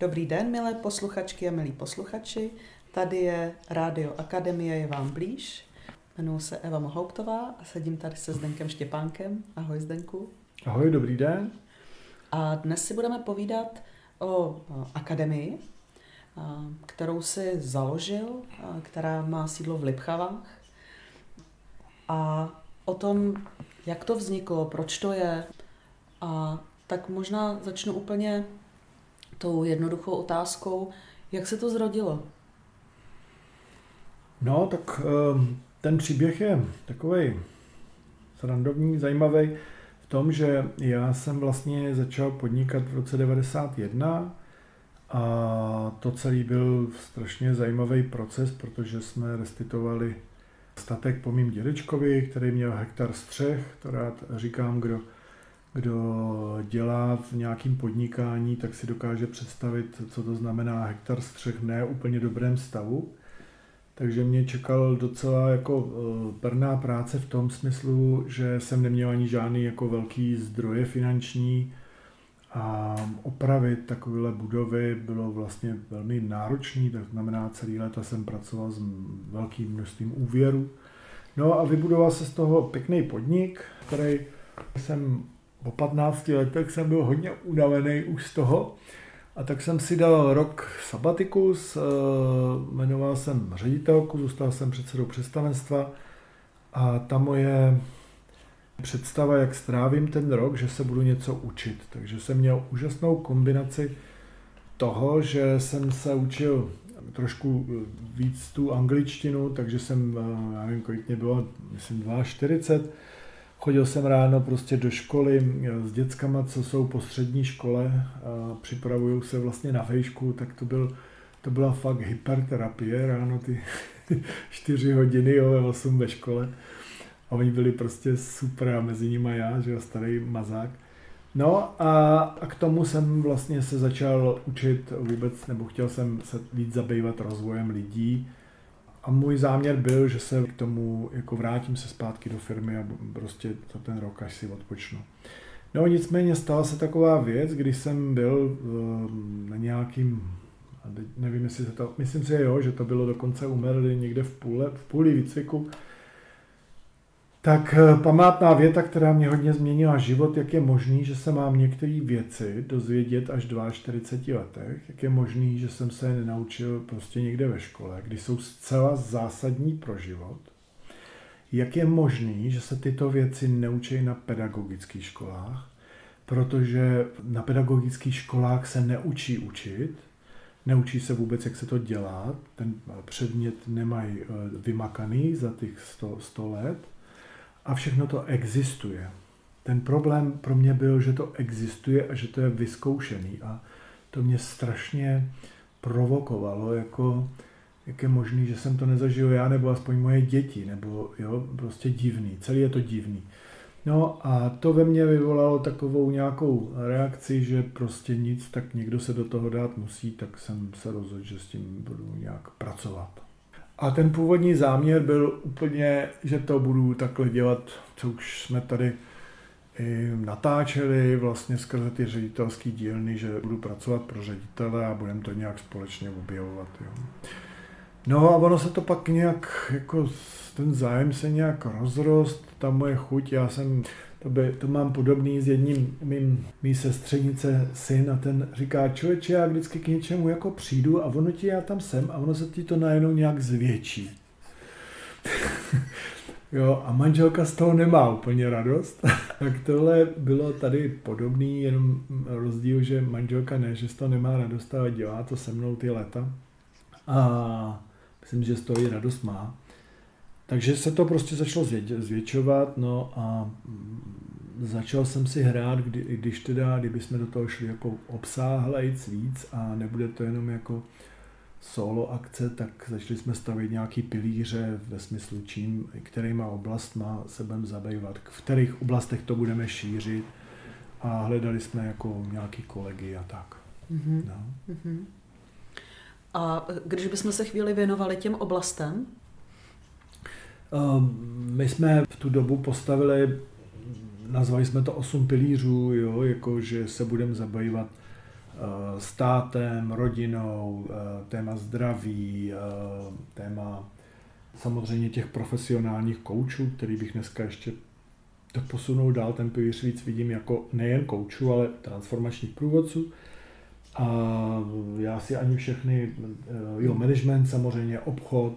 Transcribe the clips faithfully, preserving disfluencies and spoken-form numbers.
Dobrý den, milé posluchačky a milí posluchači. Tady je Rádio Akademie je vám blíž. Jmenuji se Eva Mohouptová a sedím tady se Zdenkem Štěpánkem. Ahoj Zdenku. Ahoj, dobrý den. A dnes si budeme povídat o akademii, kterou si založil, která má sídlo v Lipchavách. A o tom, jak to vzniklo, proč to je. A tak možná začnu úplně tou jednoduchou otázkou, jak se to zrodilo? No, tak ten příběh je takovej srandovní, zajímavý v tom, že já jsem vlastně začal podnikat v roce devadesát jedna a to celý byl strašně zajímavý proces, protože jsme restituovali statek po mým dědečkovi, který měl hektar střech, to rád říkám, kdo Kdo dělá v nějakém podnikání, tak si dokáže představit, co to znamená hektar střech v ne úplně dobrém stavu. Takže mě čekal docela jako perná práce v tom smyslu, že jsem neměl ani žádný jako velký zdroje finanční a opravit takovéhle budovy bylo vlastně velmi náročné, tak znamená celý léta jsem pracoval s velkým množstvím úvěrů. No a vybudoval se z toho pěkný podnik, který jsem po patnácti letech jsem byl hodně unavený už z toho a tak jsem si dal rok sabatikus, jmenoval jsem ředitelku, zůstal jsem předsedou představenstva a ta moje představa, jak strávím ten rok, že se budu něco učit. Takže jsem měl úžasnou kombinaci toho, že jsem se učil trošku víc tu angličtinu, takže jsem, já nevím, kolik mě bylo, myslím čtyřicet dva. Chodil jsem ráno prostě do školy s dětskama, co jsou po střední škole a připravují se vlastně na vejšku, tak to, byl, to byla fakt hyperterapie, ráno ty čtyři hodiny, jo, osm ve škole. A oni byli prostě super a mezi nimi já, že jo, starý mazák. No a, a k tomu jsem vlastně se začal učit vůbec, nebo chtěl jsem se víc zabývat rozvojem lidí. A můj záměr byl, že se k tomu jako vrátím se zpátky do firmy a prostě za ten rok až si odpočnu. No nicméně stala se taková věc, když jsem byl na nějakým, nevím jestli se to, myslím si jo, že to bylo dokonce u Merly někde v půli, v půli výcviku, tak památná věta, která mě hodně změnila život, jak je možný, že se mám některé věci dozvědět až v čtyřiceti dvou letech, jak je možný, že jsem se je nenaučil prostě někde ve škole, když jsou zcela zásadní pro život, jak je možný, že se tyto věci neučí na pedagogických školách, protože na pedagogických školách se neučí učit, neučí se vůbec, jak se to dělá, ten předmět nemají vymakaný za těch sto let, a všechno to existuje. Ten problém pro mě byl, že to existuje a že to je vyzkoušený. A to mě strašně provokovalo, jako, jak je možný, že jsem to nezažil já, nebo aspoň moje děti, nebo jo, prostě divný. Celý je to divný. No a to ve mně vyvolalo takovou nějakou reakci, že prostě nic, tak někdo se do toho dát musí, tak jsem se rozhodl, že s tím budu nějak pracovat. A ten původní záměr byl úplně, že to budu takhle dělat, co už jsme tady i natáčeli vlastně skrze ty ředitelské dílny, že budu pracovat pro ředitele a budeme to nějak společně objevovat. Jo. No a ono se to pak nějak, jako ten zájem se nějak rozrost, ta moje chuť, já jsem, to, by, to mám podobný s jedním mým, mý sestřenice syn a ten říká, člověče, já vždycky k něčemu jako přijdu a ono ti já tam jsem a ono se ti to najednou nějak zvětší. Jo, a manželka z toho nemá úplně radost. Tak tohle bylo tady podobný, jenom rozdíl, že manželka ne, že z toho nemá radost, ale dělá to se mnou ty léta. A myslím, že z toho i radost má. Takže se to prostě začalo zvětšovat, no a začal jsem si hrát, kdy, když teda, kdyby jsme do toho šli jako obsáhlejc víc a nebude to jenom jako solo akce, tak začali jsme stavět nějaký pilíře ve smyslu čím, kterýma oblastma se budeme zabývat, v kterých oblastech to budeme šířit a hledali jsme jako nějaký kolegy a tak. Mm-hmm. No. Mm-hmm. A když bychom se chvíli věnovali těm oblastem? My jsme v tu dobu postavili, nazvali jsme to osm pilířů, jo, jako že se budeme zabývat státem, rodinou, téma zdraví, téma samozřejmě těch profesionálních koučů, který bych dneska ještě tak posunul dál, ten pilíř víc vidím jako nejen koučů, ale transformačních průvodců. A já si ani všechny, jo, management samozřejmě, obchod.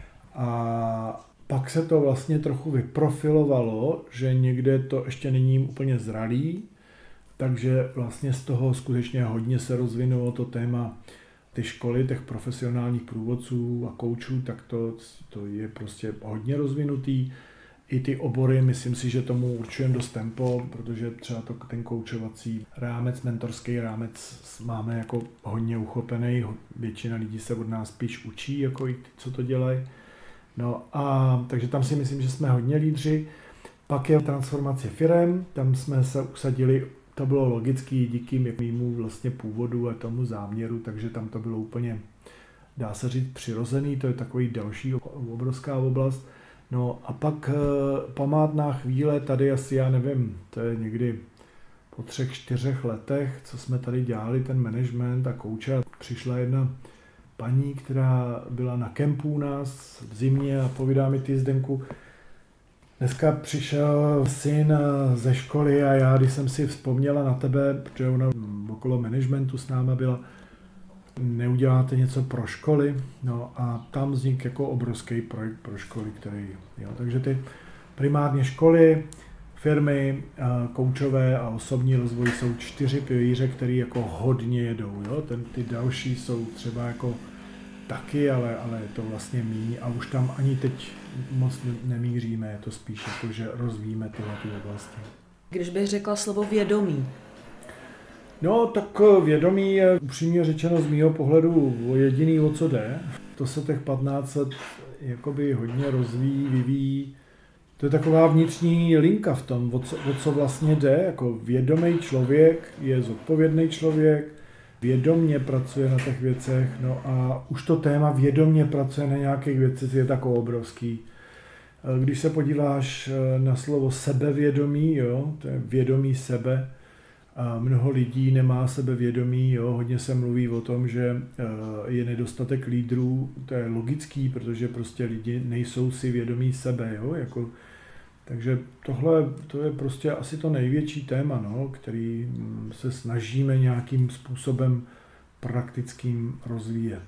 A pak se to vlastně trochu vyprofilovalo, že někde to ještě není úplně zralý, takže vlastně z toho skutečně hodně se rozvinulo to téma ty školy, těch profesionálních průvodců a koučů, tak to, to je prostě hodně rozvinutý. I ty obory, myslím si, že tomu určujeme dost tempo, protože třeba to, ten koučovací rámec, mentorský rámec máme jako hodně uchopený. Většina lidí se od nás spíš učí, jako i ty, co to dělají. No a takže tam si myslím, že jsme hodně lídři. Pak je transformace firem, tam jsme se usadili, to bylo logický díky mému vlastně původu a tomu záměru, takže tam to bylo úplně, dá se říct, přirozený, to je takový další obrovská oblast. No a pak památná chvíle, tady asi, já nevím, to je někdy po třech, čtyřech letech, co jsme tady dělali ten management a kouče, přišla jedna paní, která byla na kempu u nás v zimě a povídá mi: ty, Zdenku, dneska přišel syn ze školy a já, když jsem si vzpomněla na tebe, protože ona okolo managementu s náma byla, neuděláte něco pro školy, no a tam vznikl jako obrovský projekt pro školy, který, jo, takže ty primárně školy, firmy, koučové a osobní rozvoj jsou čtyři pilíře, které jako hodně jedou, jo, ten, ty další jsou třeba jako taky, ale, ale je to vlastně míň a už tam ani teď moc nemíříme, je to spíš jako, že rozvíjíme tyhle ty oblasti. Když bych řekla slovo vědomí. No, tak vědomí je upřímně řečeno z mýho pohledu jediný, o co jde. To se těch patnáct let jakoby hodně rozvíjí, vyvíjí. To je taková vnitřní linka v tom, o co, o co vlastně jde. Jako vědomý člověk je zodpovědný člověk, vědomně pracuje na těch věcech, no a už to téma vědomně pracuje na nějakých věcech je tako obrovský. Když se podíváš na slovo sebevědomí, jo, to je vědomí sebe, a mnoho lidí nemá sebevědomí, jo, hodně se mluví o tom, že je nedostatek lídrů, to je logický, protože prostě lidi nejsou si vědomí sebe, jo, jako, takže tohle to je prostě asi to největší téma, no, který se snažíme nějakým způsobem praktickým rozvíjet.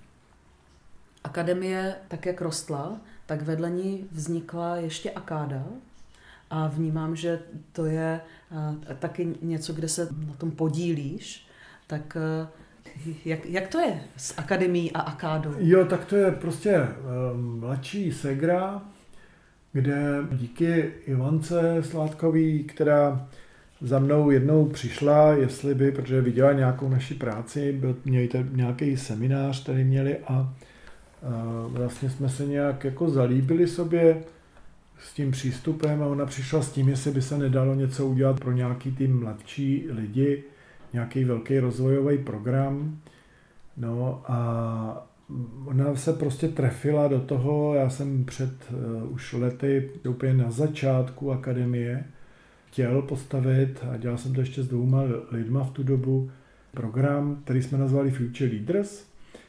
Akademie, tak jak rostla, tak vedle ní vznikla ještě Akáda. A vnímám, že to je uh, taky něco, kde se na tom podílíš. Tak uh, jak, jak to je s akademií a Akádou? Jo, tak to je prostě um, mladší segra, kde díky Ivance Sládkový, která za mnou jednou přišla, jestli by, protože viděla nějakou naši práci, byl, měli nějaký seminář, tady měli a uh, vlastně jsme se nějak jako zalíbili sobě s tím přístupem a ona přišla s tím, jestli by se nedalo něco udělat pro nějaký ty mladší lidi, nějaký velký rozvojový program. No a ona se prostě trefila do toho, já jsem před uh, už lety úplně na začátku akademie chtěl postavit a dělal jsem to ještě s dvouma lidma v tu dobu, program, který jsme nazvali Future Leaders.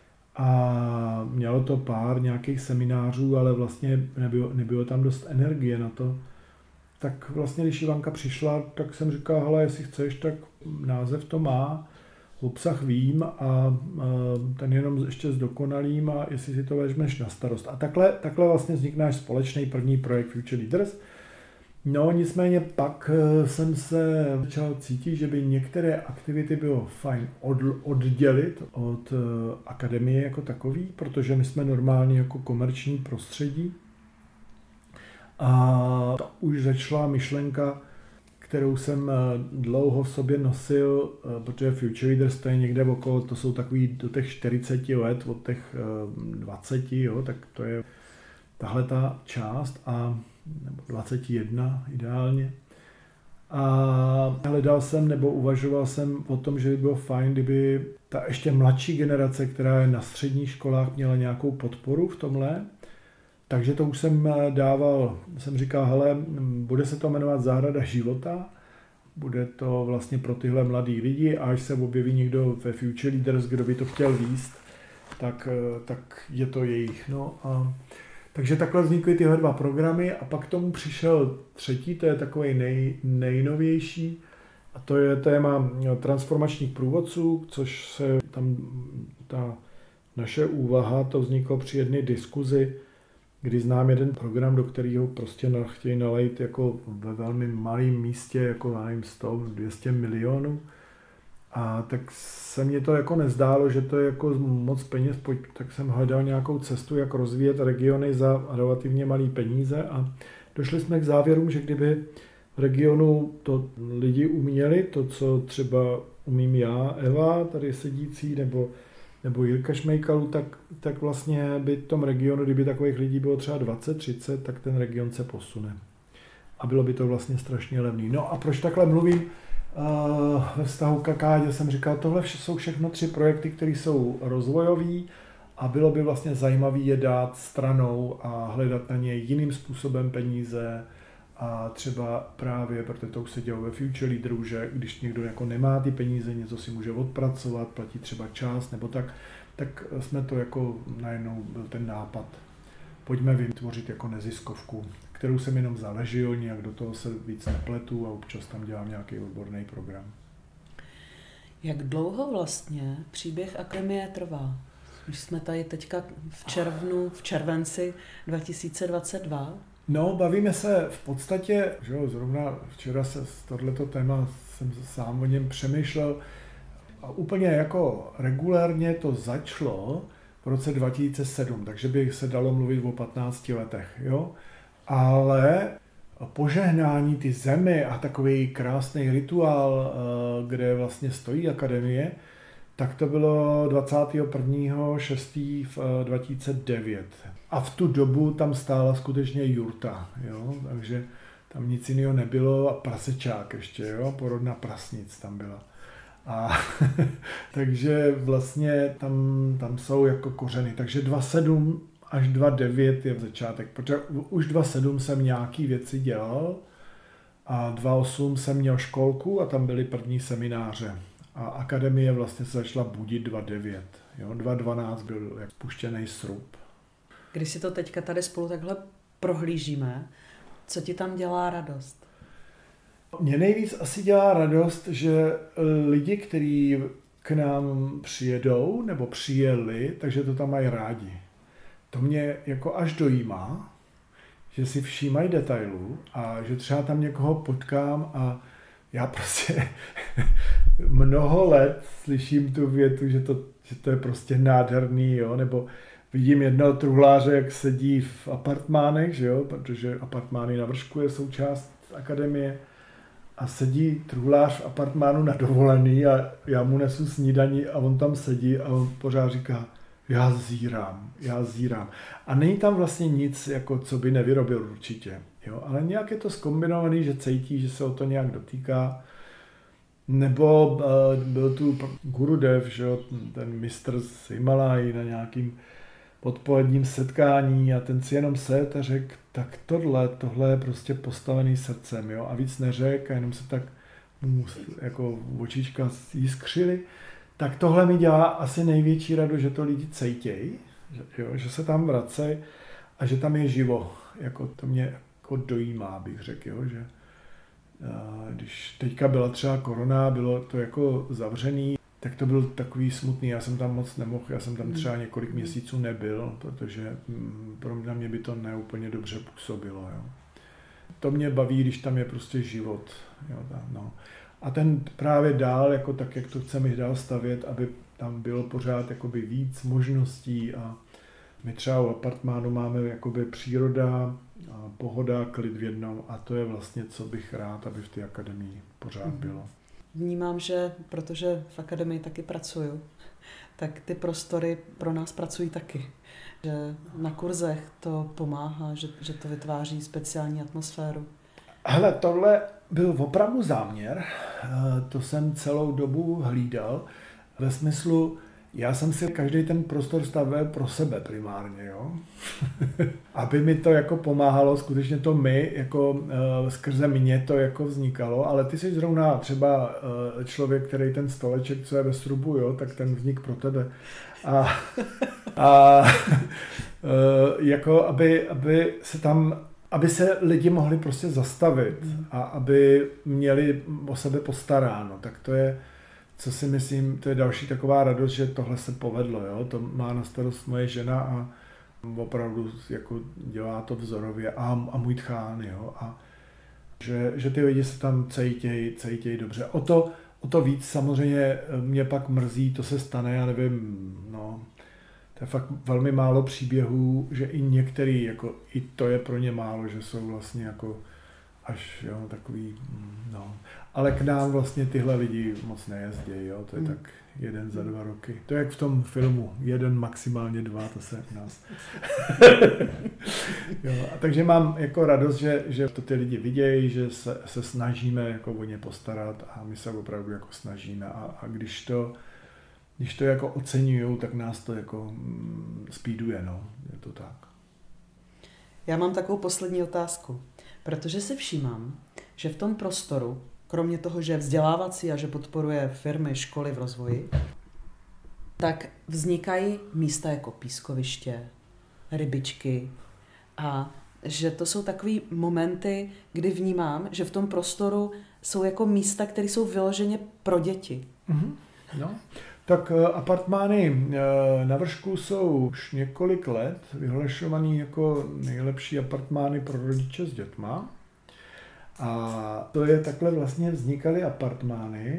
A mělo to pár nějakých seminářů, ale vlastně nebylo, nebylo tam dost energie na to. Tak vlastně, když Ivanka přišla, tak jsem říkal, hele, jestli chceš, tak název to má, obsah vím a, a ten jenom ještě zdokonalím a jestli si to vezmeš na starost. A takhle, takhle vlastně vznikl náš společný první projekt Future Leaders. No, nicméně pak jsem se začal cítit, že by některé aktivity bylo fajn oddělit od akademie jako takový, protože my jsme normálně jako komerční prostředí. A už začala myšlenka, kterou jsem dlouho v sobě nosil, protože Future Leaders to je někde okolo, to jsou takový do těch čtyřiceti let, od těch dvaceti, jo, tak to je tahle ta část a nebo dvacet jedna ideálně. A hledal jsem nebo uvažoval jsem o tom, že by bylo fajn, kdyby ta ještě mladší generace, která je na středních školách, měla nějakou podporu v tomhle. Takže to už jsem dával, jsem říkal, hele, bude se to jmenovat Zahrada života bude to vlastně pro tyhle mladý lidi a až se objeví někdo ve Future Leaders, kdo by to chtěl víst, tak, tak je to jejich. No a takže takhle vznikly tyhle dva programy a pak k tomu přišel třetí, to je takový nej, nejnovější a to je téma transformačních průvodců, což se tam ta naše úvaha, to vzniklo při jedné diskuzi, kdy znám jeden program, do kterého prostě chtějí nalejt jako ve velmi malém místě, jako nevím, sto, dvě stě milionů. A tak se mně to jako nezdálo, že to je jako moc peněz, tak jsem hledal nějakou cestu, jak rozvíjet regiony za relativně malý peníze a došli jsme k závěrům, že kdyby v regionu to lidi uměli, to, co třeba umím já, Eva, tady sedící, nebo, nebo Jirka Šmejkalu, tak, tak vlastně by v tom regionu, kdyby takových lidí bylo třeba dvacet třicet, tak ten region se posune. A bylo by to vlastně strašně levný. No a proč takhle mluvím? Ve vztahu k Akádě jsem říkal, tohle jsou všechno tři projekty, které jsou rozvojový a bylo by vlastně zajímavé je dát stranou a hledat na ně jiným způsobem peníze a třeba právě, protože to už se dělo ve Future Leaderu, že když někdo jako nemá ty peníze, něco si může odpracovat, platí třeba část nebo tak, tak jsme to jako najednou byl ten nápad. Pojďme vytvořit jako neziskovku, kterou jsem jenom zaležil, nějak do toho se víc nepletu a občas tam dělám nějaký odborný program. Jak dlouho vlastně příběh Akademie trvá? Už jsme tady teďka v červnu, v červenci dva tisíce dvacet dva. No, bavíme se v podstatě, že jo, zrovna včera se z tohleto téma jsem sám o něm přemýšlel a úplně jako regulérně to začalo v roce dva tisíce sedm, takže by se dalo mluvit o patnácti letech, jo. Ale požehnání ty zemi a takový krásný rituál, kde vlastně stojí Akademie, tak to bylo dvacátého prvního šestého dva tisíce devět. A v tu dobu tam stála skutečně jurta, jo? Takže tam nic jiného nebylo a prasečák ještě, jo? Porodna prasnic tam byla. A takže vlastně tam, tam jsou jako kořeny. Takže dva tisíce sedm až dva tisíce devět je v začátek, protože už dva tisíce sedm jsem nějaký věci dělal a dva tisíce osm jsem měl školku a tam byly první semináře. A Akademie vlastně se začala budit dva tisíce devět. Jo? dva tisíce dvanáct byl jak spuštěný srub. Když si to teďka tady spolu takhle prohlížíme, co ti tam dělá radost? Mně nejvíc asi dělá radost, že lidi, kteří k nám přijedou nebo přijeli, takže to tam mají rádi. To mě jako až dojímá, že si všímají detailů a že třeba tam někoho potkám a já prostě mnoho let slyším tu větu, že to, že to je prostě nádherný, jo, nebo vidím jednoho truhláře, jak sedí v apartmánech, že jo, protože apartmány na Vršku je součást Akademie a sedí truhlář v apartmánu na dovolený a já mu nesu snídaní a on tam sedí a on pořád říká, já zírám, já zírám. A není tam vlastně nic, jako co by nevyrobil určitě, jo, ale nějak je to zkombinovaný, že cítí, že se o to nějak dotýká. Nebo uh, byl tu Gurudev, že jo, ten mistr z Himalají na nějakým odpoledním setkání a ten si jenom set a řekl, tak tohle, tohle je prostě postavený srdcem, jo, a víc neřekl a jenom se tak mu jako očička jiskřily. Tak tohle mi dělá asi největší radost, že to lidi cejtějí, že, jo, že se tam vracejí a že tam je živo. Jako to mě jako dojímá, bych řekl, jo, že a když teďka byla třeba korona, bylo to jako zavřený, tak to byl takový smutný, já jsem tam moc nemohl, já jsem tam třeba několik měsíců nebyl, protože pro mě, mě by to neúplně dobře působilo. Jo. To mě baví, když tam je prostě život. Jo, tam, no. A ten právě dál, jako tak, jak to chceme dál stavět, aby tam bylo pořád jakoby víc možností a my třeba u apartmánu máme jakoby příroda, a pohoda, klid v jednom a to je vlastně, co bych rád, aby v té akademii pořád bylo. Vnímám, že protože v akademii taky pracuju, tak ty prostory pro nás pracují taky. Že na kurzech to pomáhá, že, že to vytváří speciální atmosféru. Hele, tohle byl opravdu záměr, to jsem celou dobu hlídal, ve smyslu, Já jsem si každý ten prostor stavil pro sebe primárně, jo. Aby mi to jako pomáhalo, skutečně to my, jako uh, skrze mě to jako vznikalo, ale ty jsi zrovna třeba uh, člověk, který ten stoleček, co je ve srubu, jo, tak ten vznik pro tebe. A, a uh, jako aby, aby se tam, aby se lidi mohli prostě zastavit a aby měli o sebe postaráno, tak to je, co si myslím, to je další taková radost, že tohle se povedlo, jo? To má na starost moje žena a opravdu jako dělá to vzorově a, a můj tchán, jo? A že, že ty lidi se tam cítějí, cítějí dobře. O to, o to víc samozřejmě mě pak mrzí, to se stane, já nevím, no, to je fakt velmi málo příběhů, že i některý, jako i to je pro ně málo, že jsou vlastně jako až, jo, takový, no. Ale k nám vlastně tyhle lidi moc nejezdí, jo, to je hmm. tak jeden za dva roky. To je jak v tom filmu, jeden, maximálně dva, to se u nás. Jo, a takže mám jako radost, že, že to ty lidi vidějí, že se, se snažíme jako o ně postarat a my se opravdu jako snažíme a, a když to, když to jako oceňujou, tak nás to jako mm, speeduje, no, je to tak. Já mám takovou poslední otázku, protože si všímám, že v tom prostoru, kromě toho, že je vzdělávací a že podporuje firmy, školy v rozvoji, tak vznikají místa jako pískoviště, rybičky a že to jsou takový momenty, kdy vnímám, že v tom prostoru jsou jako místa, které jsou vyloženě pro děti. Mm-hmm. No. Tak apartmány na Vršku jsou už několik let vyhlašovaný jako nejlepší apartmány pro rodiče s dětma. A to je takhle vlastně vznikaly apartmány,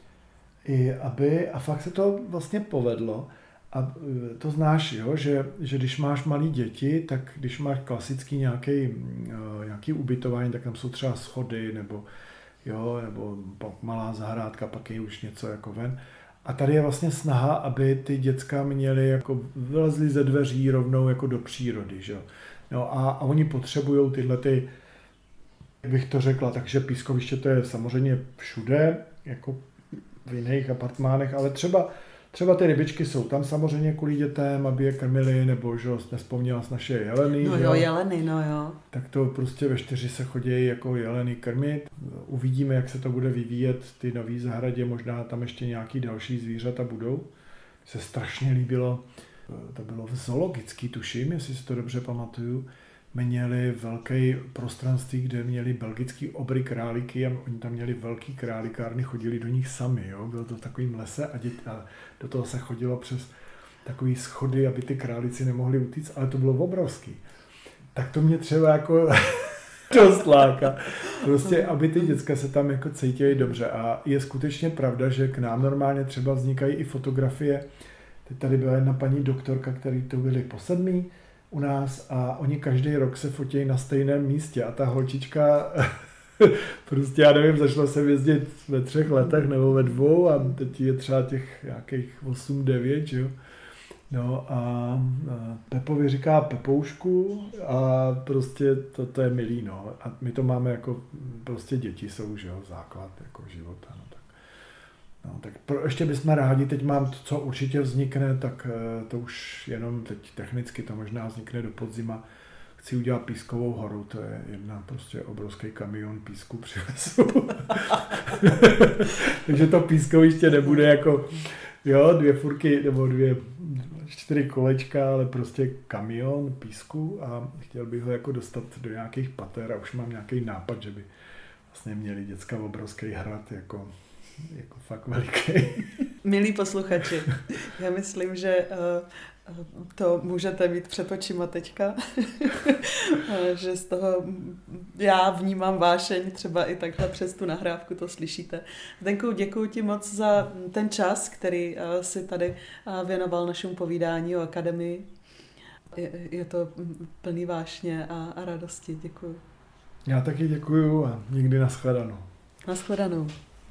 i aby, a fakt se to vlastně povedlo. A to znáš, jo, že, že když máš malé děti, tak když máš klasický nějaký, nějaký ubytování, tak tam jsou třeba schody, nebo, jo, nebo malá zahrádka, pak je už něco jako ven. A tady je vlastně snaha, aby ty děcka měly, jako vylezly ze dveří rovnou jako do přírody, že jo. No a, a oni potřebují tyhle ty, jak bych to řekla, takže pískoviště to je samozřejmě všude, jako v jiných apartmánech, ale třeba, třeba ty rybičky jsou tam samozřejmě kvůli dětem, aby je krmili, nebo že nespomněla z naše jeleny. No jo, jeleny, no jo. Tak to prostě ve čtyři se chodí jako jeleny krmit. Uvidíme, jak se to bude vyvíjet, ty nový zahradě, možná tam ještě nějaký další zvířata budou. Se strašně líbilo, to bylo v zoologický, tuším, jestli si to dobře pamatuju, měli velké prostranství, kde měli belgický obry králíky a oni tam měli velký králíkárny, chodili do nich sami, jo? Bylo to v takovém lese a, dět, a do toho se chodilo přes takový schody, aby ty králíci nemohli utíct, ale to bylo obrovský. Tak to mě třeba jako dost láka. Prostě, aby ty děcka se tam jako cítily dobře a je skutečně pravda, že k nám normálně třeba vznikají i fotografie. Teď tady byla jedna paní doktorka, který to byli po sedmý, u nás a oni každý rok se fotí na stejném místě a ta holčička prostě, já nevím, začala jsem jezdit ve třech letech nebo ve dvou a teď je třeba těch nějakých osm devět, jo. No a Pepovi říká Pepoušku a prostě to, to je milý, no. A my to máme jako, prostě děti jsou, že jo, základ jako života, no tak. No, tak pro, ještě bychom rádi, teď mám to, co určitě vznikne, tak to už jenom teď technicky to možná vznikne do podzima. Chci udělat Pískovou horu, to je jedna prostě obrovský kamion písku přivezu. Takže to pískoviště nebude jako, jo, dvě furky nebo dvě, čtyři kolečka, ale prostě kamion písku a chtěl bych ho jako dostat do nějakých pater a už mám nějaký nápad, že by vlastně měli děcka obrovský hrad jako jako fakt veliký. Milí posluchači, já myslím, že uh, to můžete mít před očima teďka, že z toho já vnímám vášeň, třeba i takhle přes tu nahrávku to slyšíte. Zdenku, děkuji ti moc za ten čas, který uh, si tady uh, věnoval našemu povídání o akademii. Je, je to plný vášně a, a radosti. Děkuji. Já taky děkuju a nikdy nashledanou. Nashledanou.